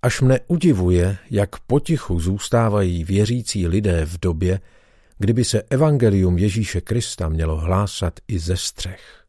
Až mne udivuje, jak potichu zůstávají věřící lidé v době, kdyby se evangelium Ježíše Krista mělo hlásat i ze střech.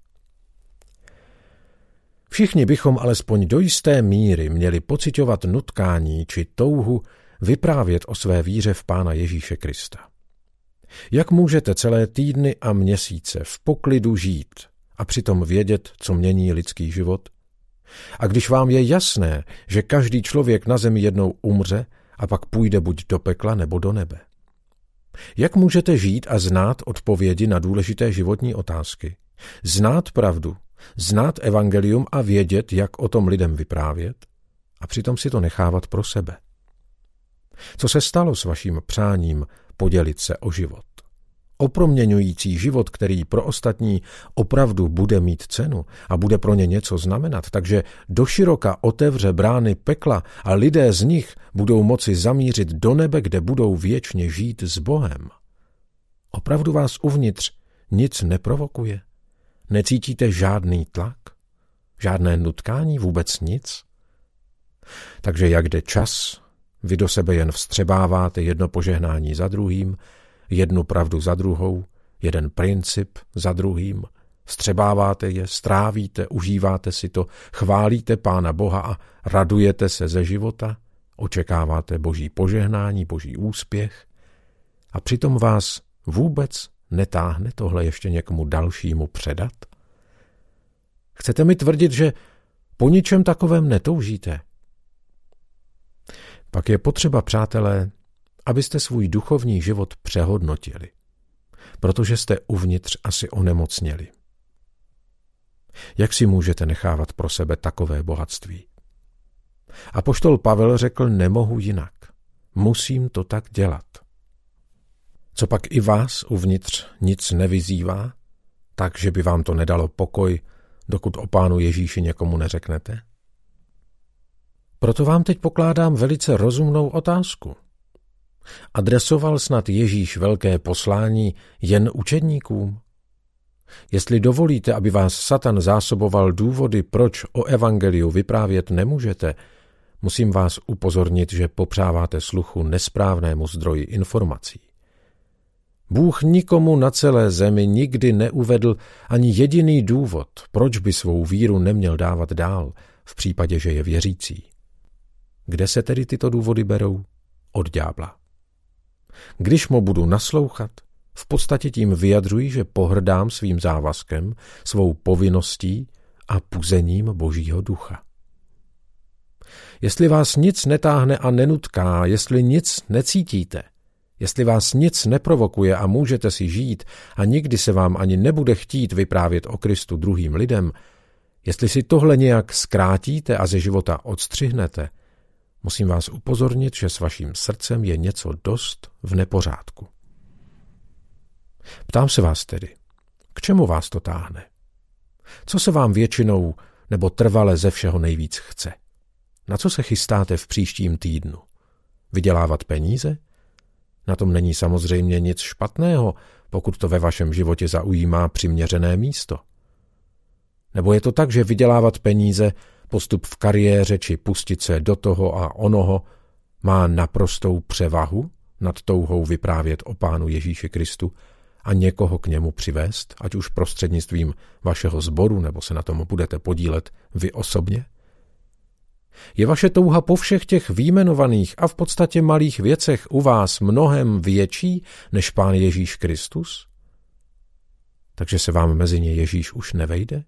Všichni bychom alespoň do jisté míry měli pociťovat nutkání či touhu vyprávět o své víře v Pána Ježíše Krista. Jak můžete celé týdny a měsíce v poklidu žít a přitom vědět, co mění lidský život? A když vám je jasné, že každý člověk na zemi jednou umře a pak půjde buď do pekla nebo do nebe? Jak můžete žít a znát odpovědi na důležité životní otázky, znát pravdu, znát evangelium a vědět, jak o tom lidem vyprávět, a přitom si to nechávat pro sebe? Co se stalo s vaším přáním podělit se o život? O proměňující život, který pro ostatní opravdu bude mít cenu a bude pro ně něco znamenat, takže doširoka otevře brány pekla a lidé z nich budou moci zamířit do nebe, kde budou věčně žít s Bohem. Opravdu vás uvnitř nic neprovokuje? Necítíte žádný tlak? Žádné nutkání? Vůbec nic? Takže jak jde čas, vy do sebe jen vstřebáváte jedno požehnání za druhým, jednu pravdu za druhou, jeden princip za druhým, vstřebáváte je, strávíte, užíváte si to, chválíte Pána Boha a radujete se ze života, očekáváte Boží požehnání, Boží úspěch a přitom vás vůbec netáhne tohle ještě někomu dalšímu předat? Chcete mi tvrdit, že po ničem takovém netoužíte? Pak je potřeba, přátelé, abyste svůj duchovní život přehodnotili, protože jste uvnitř asi onemocněli. Jak si můžete nechávat pro sebe takové bohatství? Apoštol Pavel řekl, nemohu jinak, musím to tak dělat. Co pak i vás uvnitř nic nevyzývá, takže by vám to nedalo pokoj, dokud o Pánu Ježíši někomu neřeknete? Proto vám teď pokládám velice rozumnou otázku. Adresoval snad Ježíš velké poslání jen učedníkům? Jestli dovolíte, aby vás Satan zásoboval důvody, proč o evangeliu vyprávět nemůžete, musím vás upozornit, že popřáváte sluchu nesprávnému zdroji informací. Bůh nikomu na celé zemi nikdy neuvedl ani jediný důvod, proč by svou víru neměl dávat dál, v případě, že je věřící. Kde se tedy tyto důvody berou? Od ďábla. Když mu budu naslouchat, v podstatě tím vyjadřuji, že pohrdám svým závazkem, svou povinností a puzením Božího ducha. Jestli vás nic netáhne a nenutká, jestli nic necítíte, jestli vás nic neprovokuje a můžete si žít a nikdy se vám ani nebude chtít vyprávět o Kristu druhým lidem, jestli si tohle nějak zkrátíte a ze života odstřihnete, musím vás upozornit, že s vaším srdcem je něco dost v nepořádku. Ptám se vás tedy, k čemu vás to táhne? Co se vám většinou nebo trvale ze všeho nejvíc chce? Na co se chystáte v příštím týdnu? Vydělávat peníze? Na tom není samozřejmě nic špatného, pokud to ve vašem životě zaujímá přiměřené místo. Nebo je to tak, že vydělávat peníze, postup v kariéře či pustit se do toho a onoho má naprostou převahu nad touhou vyprávět o Pánu Ježíši Kristu a někoho k němu přivést, ať už prostřednictvím vašeho sboru, nebo se na tom budete podílet vy osobně? Je vaše touha po všech těch vyjmenovaných a v podstatě malých věcech u vás mnohem větší než Pán Ježíš Kristus? Takže se vám mezi ně Ježíš už nevejde?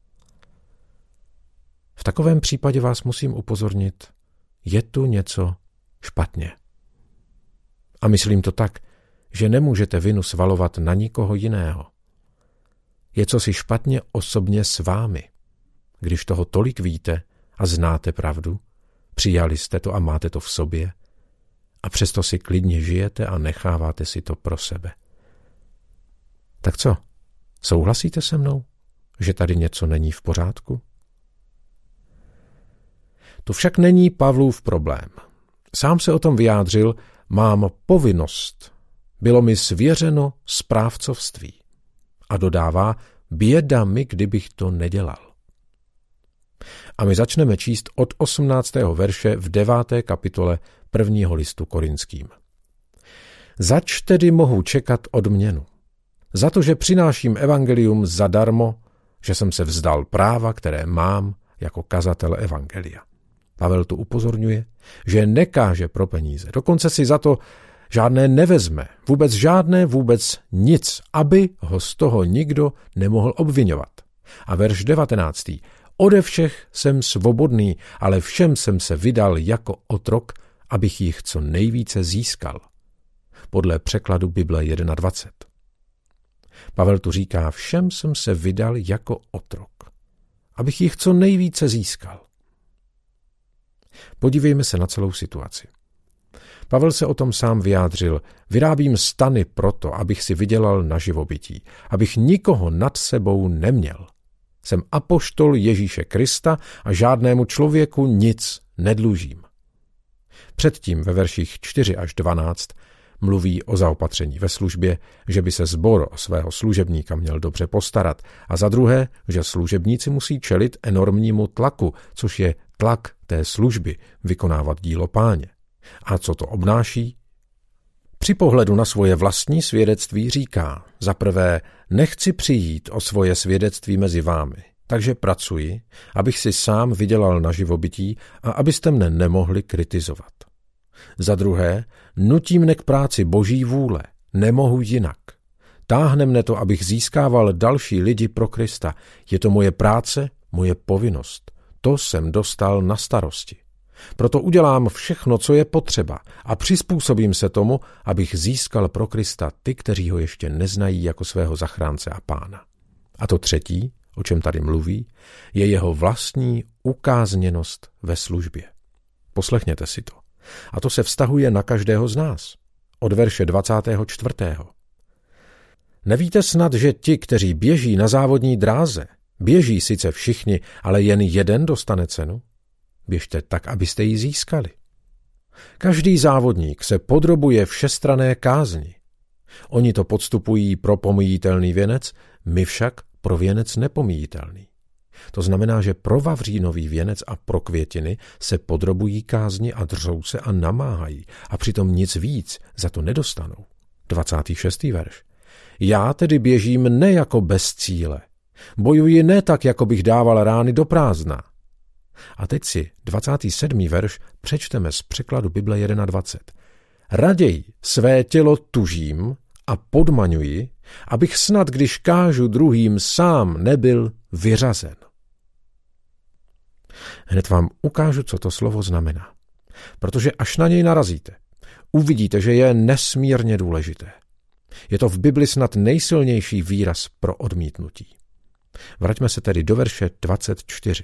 V takovém případě vás musím upozornit, je tu něco špatně. A myslím to tak, že nemůžete vinu svalovat na nikoho jiného. Je cosi špatně osobně s vámi. Když toho tolik víte a znáte pravdu, přijali jste to a máte to v sobě a přesto si klidně žijete a necháváte si to pro sebe. Tak co, souhlasíte se mnou, že tady něco není v pořádku? To však není Pavlův problém. Sám se o tom vyjádřil, mám povinnost, bylo mi svěřeno správcovství. A dodává, běda mi, kdybych to nedělal. A my začneme číst od 18. verše v 9. kapitole 1. listu Korinským. Zač tedy mohu čekat odměnu? Za to, že přináším evangelium zadarmo, že jsem se vzdal práva, které mám jako kazatel evangelia. Pavel tu upozorňuje, že nekáže pro peníze, dokonce si za to žádné nevezme, vůbec nic, aby ho z toho nikdo nemohl obviňovat. A verš 19. Ode všech jsem svobodný, ale všem jsem se vydal jako otrok, abych jich co nejvíce získal. Podle překladu Bible 21. Pavel tu říká, všem jsem se vydal jako otrok, abych jich co nejvíce získal. Podívejme se na celou situaci. Pavel se o tom sám vyjádřil, vyrábím stany proto, abych si vydělal na živobytí, abych nikoho nad sebou neměl. Jsem apoštol Ježíše Krista a žádnému člověku nic nedlužím. Předtím ve verších 4 až 12 mluví o zaopatření ve službě, že by se sbor o svého služebníka měl dobře postarat, a za druhé, že služebníci musí čelit enormnímu tlaku, což je tlak té služby vykonávat dílo Páně. A co to obnáší? Při pohledu na svoje vlastní svědectví říká, za prvé, nechci přijít o svoje svědectví mezi vámi, takže pracuji, abych si sám vydělal na živobytí a abyste mne nemohli kritizovat. Za druhé, nutí mne k práci Boží vůle, nemohu jinak. Táhne mne to, abych získával další lidi pro Krista. Je to moje práce, moje povinnost. To jsem dostal na starosti. Proto udělám všechno, co je potřeba a přizpůsobím se tomu, abych získal pro Krista ty, kteří ho ještě neznají jako svého zachránce a pána. A to třetí, o čem tady mluví, je jeho vlastní ukázněnost ve službě. Poslechněte si to. A to se vztahuje na každého z nás. Od verše 24. Nevíte snad, že ti, kteří běží na závodní dráze, běží sice všichni, ale jen jeden dostane cenu? Běžte tak, abyste ji získali. Každý závodník se podrobuje všestranné kázni. Oni to podstupují pro pomíjitelný věnec, my však pro věnec nepomíjitelný. To znamená, že pro vavřínový věnec a pro květiny se podrobují kázni a dřou se a namáhají a přitom nic víc za to nedostanou. 26. verš. Já tedy běžím ne jako bez cíle. Bojuji ne tak, jako bych dával rány do prázdna. A teď si 27. verš přečteme z překladu Bible 21. Raději své tělo tužím a podmaňuji, abych snad, když kážu druhým, sám nebyl vyřazen. Hned vám ukážu, co to slovo znamená. Protože až na něj narazíte, uvidíte, že je nesmírně důležité. Je to v Bibli snad nejsilnější výraz pro odmítnutí. Vraťme se tedy do verše 24.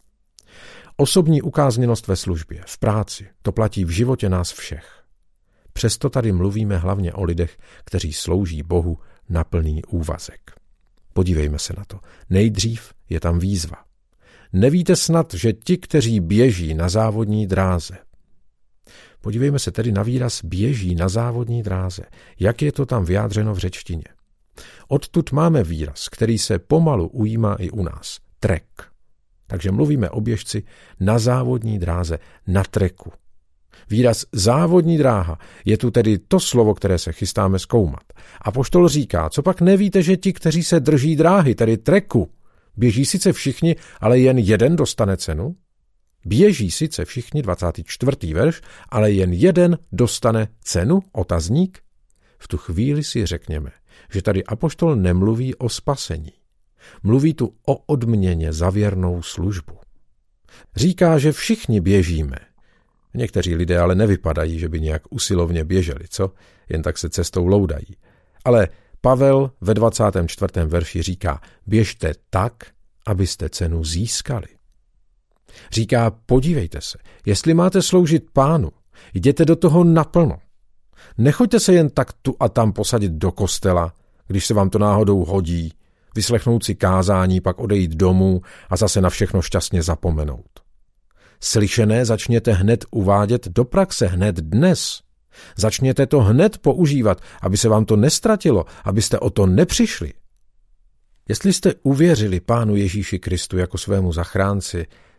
Osobní ukázněnost ve službě, v práci, to platí v životě nás všech. Přesto tady mluvíme hlavně o lidech, kteří slouží Bohu na plný úvazek. Podívejme se na to. Nejdřív je tam výzva. Nevíte snad, že ti, kteří běží na závodní dráze. Podívejme se tedy na výraz běží na závodní dráze. Jak je to tam vyjádřeno v řečtině? Odtud máme výraz, který se pomalu ujímá i u nás. Trek. Takže mluvíme o běžci na závodní dráze, na treku. Výraz závodní dráha je tu tedy to slovo, které se chystáme zkoumat. Apoštol říká, co pak nevíte, že ti, kteří se drží dráhy, tedy treku, běží sice všichni, ale jen jeden dostane cenu? Běží sice všichni, 24. verš, ale jen jeden dostane cenu? Otazník? V tu chvíli si řekněme, že tady apoštol nemluví o spasení. Mluví tu o odměně za věrnou službu. Říká, že všichni běžíme. Někteří lidé ale nevypadají, že by nějak usilovně běželi, co? Jen tak se cestou loudají. Ale Pavel ve 24. verši říká, běžte tak, abyste cenu získali. Říká, podívejte se, jestli máte sloužit Pánu, jděte do toho naplno. Nechoďte se jen tak tu a tam posadit do kostela, když se vám to náhodou hodí, vyslechnout si kázání, pak odejít domů a zase na všechno šťastně zapomenout. Slyšené začněte hned uvádět do praxe, hned dnes. Začněte to hned používat, aby se vám to nestratilo, abyste o to nepřišli. Jestli jste uvěřili Pánu Ježíši Kristu jako svému zachránci,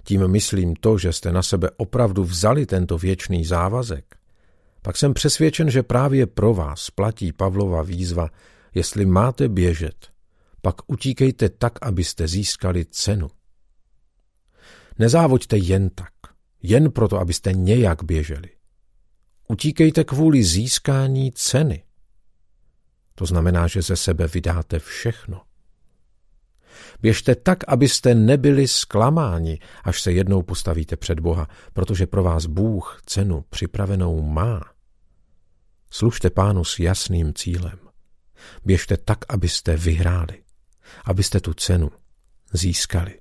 tím myslím to, že jste na sebe opravdu vzali tento věčný závazek, pak jsem přesvědčen, že právě pro vás platí Pavlova výzva, jestli máte běžet, pak utíkejte tak, abyste získali cenu. Nezávoďte jen tak, jen proto, abyste nějak běželi. Utíkejte kvůli získání ceny. To znamená, že ze sebe vydáte všechno. Běžte tak, abyste nebyli zklamáni, až se jednou postavíte před Boha, protože pro vás Bůh cenu připravenou má. Služte Pánu s jasným cílem. Běžte tak, abyste vyhráli, abyste tu cenu získali.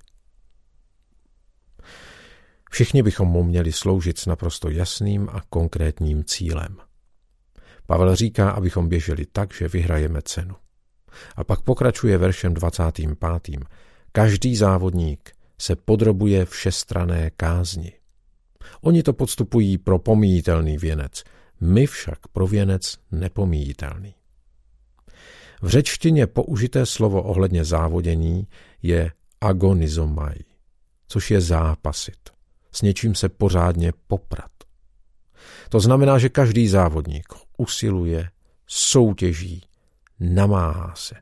Všichni bychom mu měli sloužit s naprosto jasným a konkrétním cílem. Pavel říká, abychom běželi tak, že vyhrajeme cenu. A pak pokračuje veršem 25. Každý závodník se podrobuje všestranné kázni. Oni to podstupují pro pomíjitelný věnec, my však pro věnec nepomíjitelný. V řečtině použité slovo ohledně závodění je agonizomai, což je zápasit, s něčím se pořádně poprat. To znamená, že každý závodník usiluje, soutěží, namáhá se.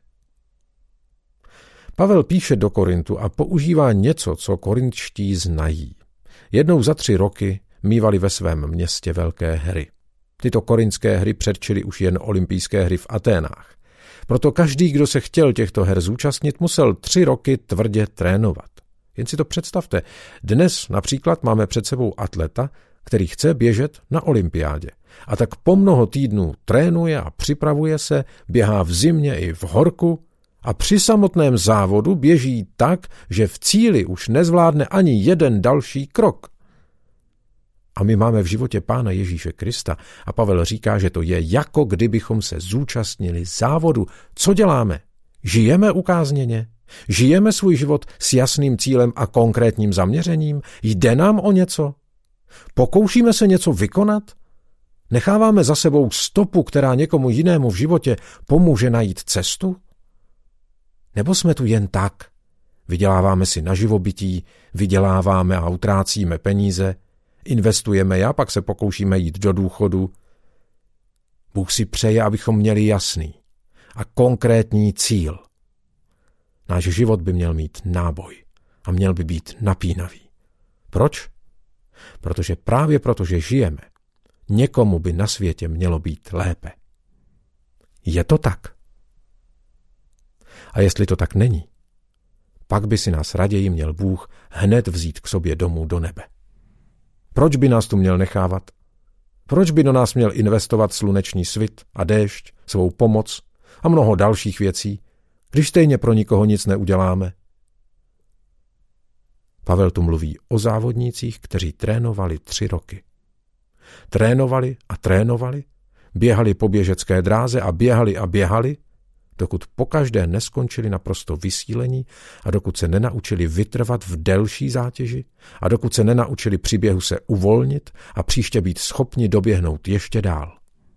Pavel píše do Korintu a používá něco, co korintští znají. Jednou za 3 roky mívali ve svém městě velké hry. Tyto korintské hry předčily už jen olympijské hry v Aténách. Proto každý, kdo se chtěl těchto her zúčastnit, musel 3 roky tvrdě trénovat. Jen si to představte. Dnes například máme před sebou atleta, který chce běžet na olympiádě. A tak po mnoho týdnů trénuje a připravuje se, běhá v zimě i v horku a při samotném závodu běží tak, že v cíli už nezvládne ani jeden další krok. A my máme v životě Pána Ježíše Krista a Pavel říká, že to je jako kdybychom se zúčastnili závodu. Co děláme? Žijeme ukázněně? Žijeme svůj život s jasným cílem a konkrétním zaměřením? Jde nám o něco? Pokoušíme se něco vykonat? Necháváme za sebou stopu, která někomu jinému v životě pomůže najít cestu? Nebo jsme tu jen tak? Vyděláváme si na živobytí, vyděláváme a utrácíme peníze, investujeme je a pak se pokoušíme jít do důchodu. Bůh si přeje, abychom měli jasný a konkrétní cíl. Náš život by měl mít náboj a měl by být napínavý. Proč? Protože právě proto, že žijeme, někomu by na světě mělo být lépe. Je to tak? A jestli to tak není, pak by si nás raději měl Bůh hned vzít k sobě domů do nebe. Proč by nás tu měl nechávat? Proč by do nás měl investovat sluneční svit a déšť, svou pomoc a mnoho dalších věcí, když stejně pro nikoho nic neuděláme? Pavel tu mluví o závodnících, kteří trénovali 3 roky. Trénovali a trénovali, běhali po běžecké dráze a běhali, dokud pokaždé neskončili naprosto vysílení a dokud se nenaučili vytrvat v delší zátěži a dokud se nenaučili při běhu se uvolnit a příště být schopni doběhnout ještě dál.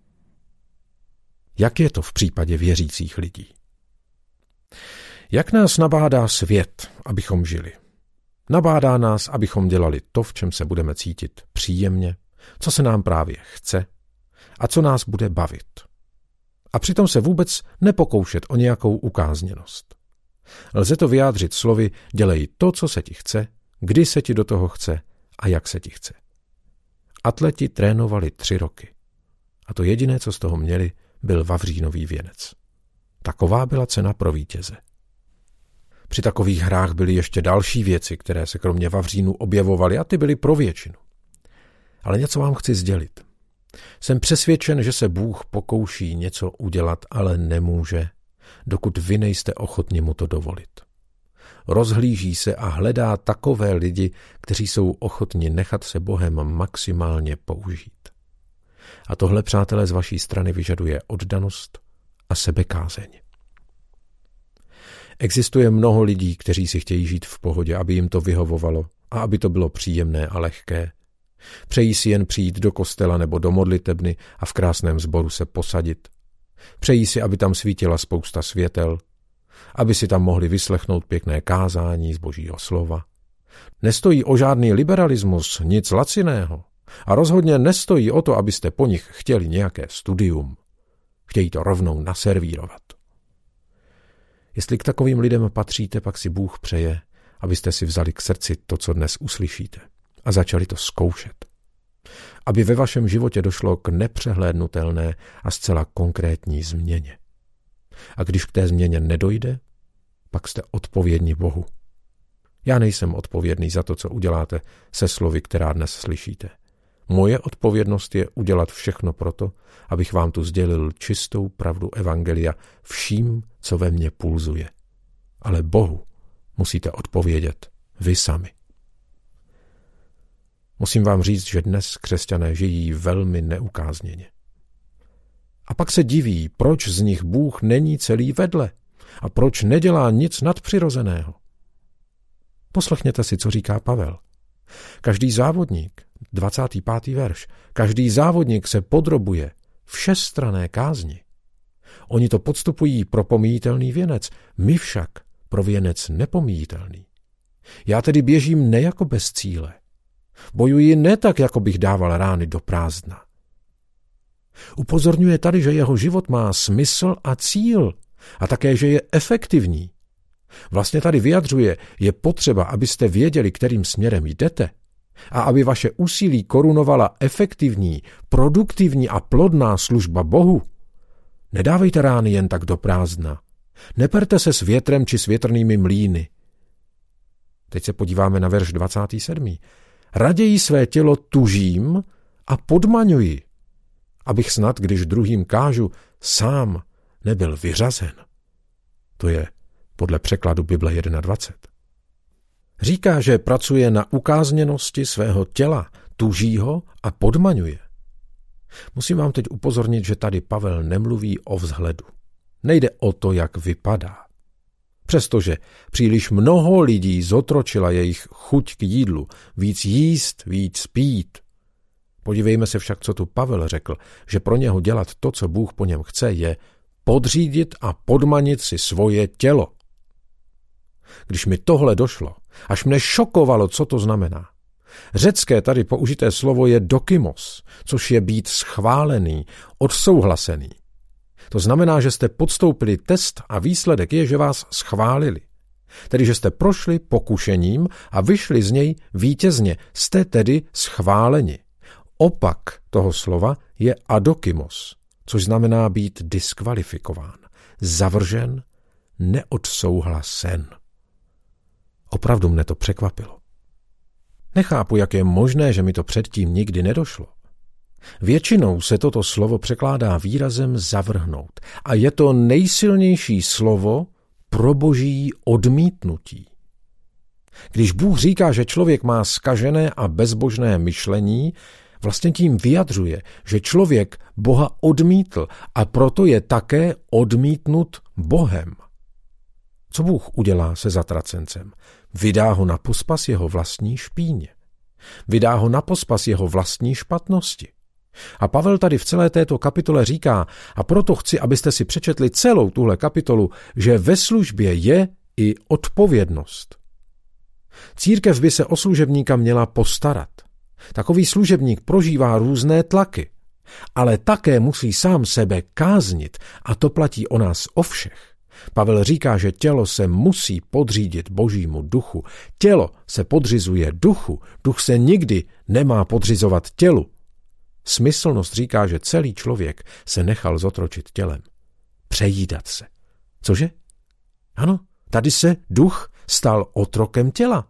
Jak je to v případě věřících lidí? Jak nás nabádá svět, abychom žili? Nabádá nás, abychom dělali to, v čem se budeme cítit příjemně, co se nám právě chce a co nás bude bavit. A přitom se vůbec nepokoušet o nějakou ukázněnost. Lze to vyjádřit slovy dělej to, co se ti chce, kdy se ti do toho chce a jak se ti chce. Atleti trénovali 3 roky. A to jediné, co z toho měli, byl vavřínový věnec. Taková byla cena pro vítěze. Při takových hrách byly ještě další věci, které se kromě vavřínů objevovaly a ty byly pro většinu. Ale něco vám chci sdělit. Jsem přesvědčen, že se Bůh pokouší něco udělat, ale nemůže, dokud vy nejste ochotni mu to dovolit. Rozhlíží se a hledá takové lidi, kteří jsou ochotni nechat se Bohem maximálně použít. A tohle, přátelé, z vaší strany vyžaduje oddanost a sebekázeň. Existuje mnoho lidí, kteří si chtějí žít v pohodě, aby jim to vyhovovalo a aby to bylo příjemné a lehké. Přejí si jen přijít do kostela nebo do modlitebny a v krásném sboru se posadit. Přejí si, aby tam svítila spousta světel, aby si tam mohli vyslechnout pěkné kázání z Božího slova, Nestojí o žádný liberalismus, nic laciného. A rozhodně nestojí o to, abyste po nich chtěli nějaké studium. Chtějí to rovnou naservírovat. Jestli k takovým lidem patříte, pak si Bůh přeje, abyste si vzali k srdci to, co dnes uslyšíte, a začali to zkoušet. Aby ve vašem životě došlo k nepřehlédnutelné a zcela konkrétní změně. A když k té změně nedojde, pak jste odpovědní Bohu. Já nejsem odpovědný za to, co uděláte se slovy, která dnes slyšíte. Moje odpovědnost je udělat všechno proto, abych vám tu sdělil čistou pravdu evangelia vším, co ve mně pulzuje. Ale Bohu musíte odpovědět vy sami. Musím vám říct, že dnes křesťané žijí velmi neukázněně. A pak se diví, proč z nich Bůh není celý vedle a proč nedělá nic nadpřirozeného. Poslechněte si, co říká Pavel. Každý závodník, 25. verš, každý závodník se podrobuje všestranné kázni. Oni to podstupují pro pomíjitelný věnec, my však pro věnec nepomíjitelný. Já tedy běžím ne jako bez cíle. Bojuji ne tak, jako bych dával rány do prázdna. Upozorňuje tady, že jeho život má smysl a cíl a také, že je efektivní. Vlastně tady vyjadřuje, je potřeba, abyste věděli, kterým směrem jdete a aby vaše úsilí korunovala efektivní, produktivní a plodná služba Bohu. Nedávejte rány jen tak do prázdna. Neperte se s větrem či s větrnými mlýny. Teď se podíváme na verš 27. Raději své tělo tužím a podmaňuji, abych snad, když druhým kážu, sám nebyl vyřazen. To je podle překladu Bible 21. Říká, že pracuje na ukázněnosti svého těla, tuží ho a podmaňuje. Musím vám teď upozornit, že tady Pavel nemluví o vzhledu. Nejde o to, jak vypadá. Přestože příliš mnoho lidí zotročila jejich chuť k jídlu, víc jíst, víc pít. Podívejme se však, co tu Pavel řekl, že pro něho dělat to, co Bůh po něm chce, je podřídit a podmanit si svoje tělo. Když mi tohle došlo, až mne šokovalo, co to znamená. Řecké tady použité slovo je dokimos, což je být schválený, odsouhlasený. To znamená, že jste podstoupili test a výsledek je, že vás schválili. Tedy, že jste prošli pokušením a vyšli z něj vítězně. Jste tedy schváleni. Opak toho slova je adokimos, což znamená být diskvalifikován, zavržen, neodsouhlasen. Opravdu mne to překvapilo. Nechápu, jak je možné, že mi to předtím nikdy nedošlo. Většinou se toto slovo překládá výrazem zavrhnout a je to nejsilnější slovo pro boží odmítnutí. Když Bůh říká, že člověk má zkažené a bezbožné myšlení, vlastně tím vyjadřuje, že člověk Boha odmítl a proto je také odmítnut Bohem. Co Bůh udělá se zatracencem? Vydá ho na pospas jeho vlastní špíně. Vydá ho na pospas jeho vlastní špatnosti. A Pavel tady v celé této kapitole říká, a proto chci, abyste si přečetli celou tuhle kapitolu, že ve službě je i odpovědnost. Církev by se o služebníka měla postarat. Takový služebník prožívá různé tlaky, ale také musí sám sebe káznit a to platí o nás o všech. Pavel říká, že tělo se musí podřídit Božímu duchu. Tělo se podřizuje duchu, duch se nikdy nemá podřizovat tělu. Smyslnost říká, že celý člověk se nechal zotročit tělem. Přejídat se. Cože? Ano, tady se duch stal otrokem těla.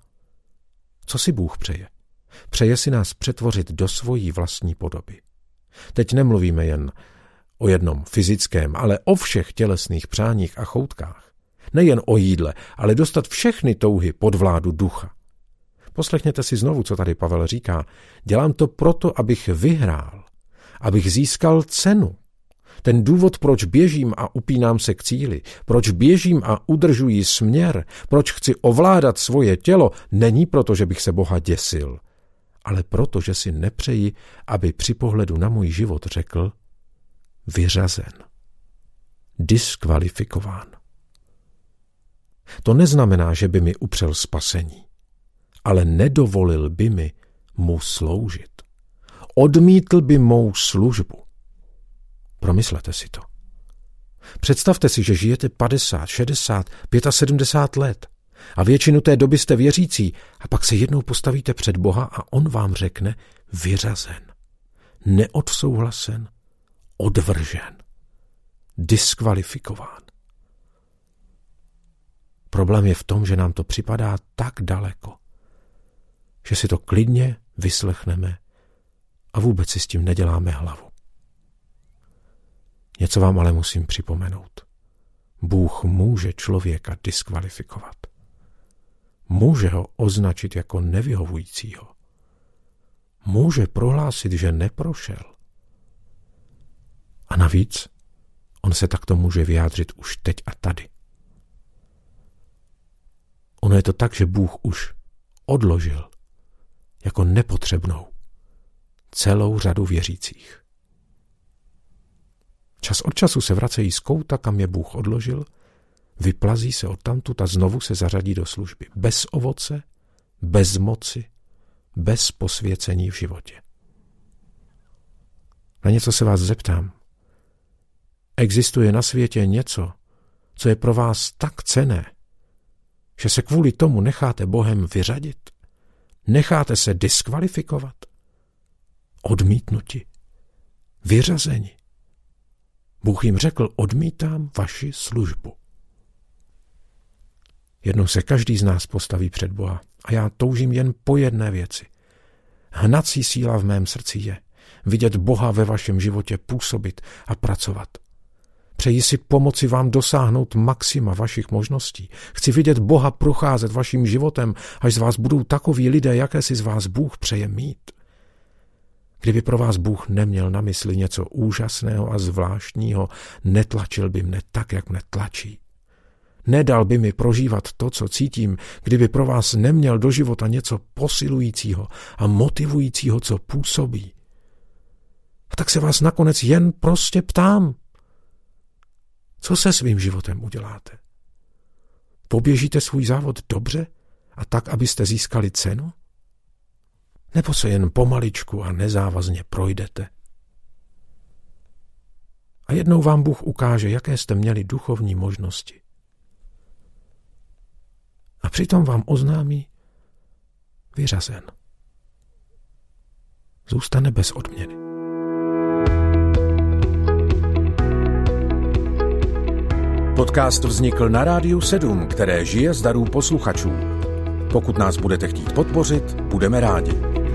Co si Bůh přeje? Přeje si nás přetvořit do svojí vlastní podoby. Teď nemluvíme jen o jednom fyzickém, ale o všech tělesných přáních a choutkách. Nejen o jídle, ale dostat všechny touhy pod vládu ducha. Poslechněte si znovu, co tady Pavel říká. Dělám to proto, abych vyhrál, abych získal cenu. Ten důvod, proč běžím a upínám se k cíli, proč běžím a udržuji směr, proč chci ovládat svoje tělo, není proto, že bych se Boha děsil, ale proto, že si nepřeji, aby při pohledu na můj život řekl vyřazen, diskvalifikován. To neznamená, že by mi upřel spasení, ale nedovolil by mi mu sloužit. Odmítl by mou službu. Promyslete si to. Představte si, že žijete 50, 60, 75 let a většinu té doby jste věřící a pak se jednou postavíte před Boha a on vám řekne vyřazen, neodsouhlasen, odvržen, diskvalifikován. Problém je v tom, že nám to připadá tak daleko, že si to klidně vyslechneme a vůbec si s tím neděláme hlavu. Něco vám ale musím připomenout. Bůh může člověka diskvalifikovat. Může ho označit jako nevyhovujícího. Může prohlásit, že neprošel. A navíc on se takto může vyjádřit už teď a tady. Ono je to tak, že Bůh už odložil jako nepotřebnou celou řadu věřících. Čas od času se vracejí z kouta, kam je Bůh odložil, vyplazí se odtamtud a znovu se zařadí do služby. Bez ovoce, bez moci, bez posvěcení v životě. Na něco se vás zeptám. Existuje na světě něco, co je pro vás tak cenné, že se kvůli tomu necháte Bohem vyřadit? Necháte se diskvalifikovat? Odmítnuti? Vyřazeni? Bůh jim řekl, odmítám vaši službu. Jednou se každý z nás postaví před Boha a já toužím jen po jedné věci. Hnací síla v mém srdci je vidět Boha ve vašem životě působit a pracovat. Přeji si pomoci vám dosáhnout maxima vašich možností. Chci vidět Boha procházet vaším životem, až z vás budou takoví lidé, jaké si z vás Bůh přeje mít. Kdyby pro vás Bůh neměl na mysli něco úžasného a zvláštního, netlačil by mne tak, jak mne tlačí. Nedal by mi prožívat to, co cítím, kdyby pro vás neměl do života něco posilujícího a motivujícího, co působí. A tak se vás nakonec jen prostě ptám. Co se svým životem uděláte? Poběžíte svůj závod dobře a tak, abyste získali cenu? Nebo se jen pomaličku a nezávazně projdete? A jednou vám Bůh ukáže, jaké jste měli duchovní možnosti. A přitom vám oznámí vyřazen. Zůstane bez odměny. Podcast vznikl na Rádiu 7, které žije z darů posluchačů. Pokud nás budete chtít podpořit, budeme rádi.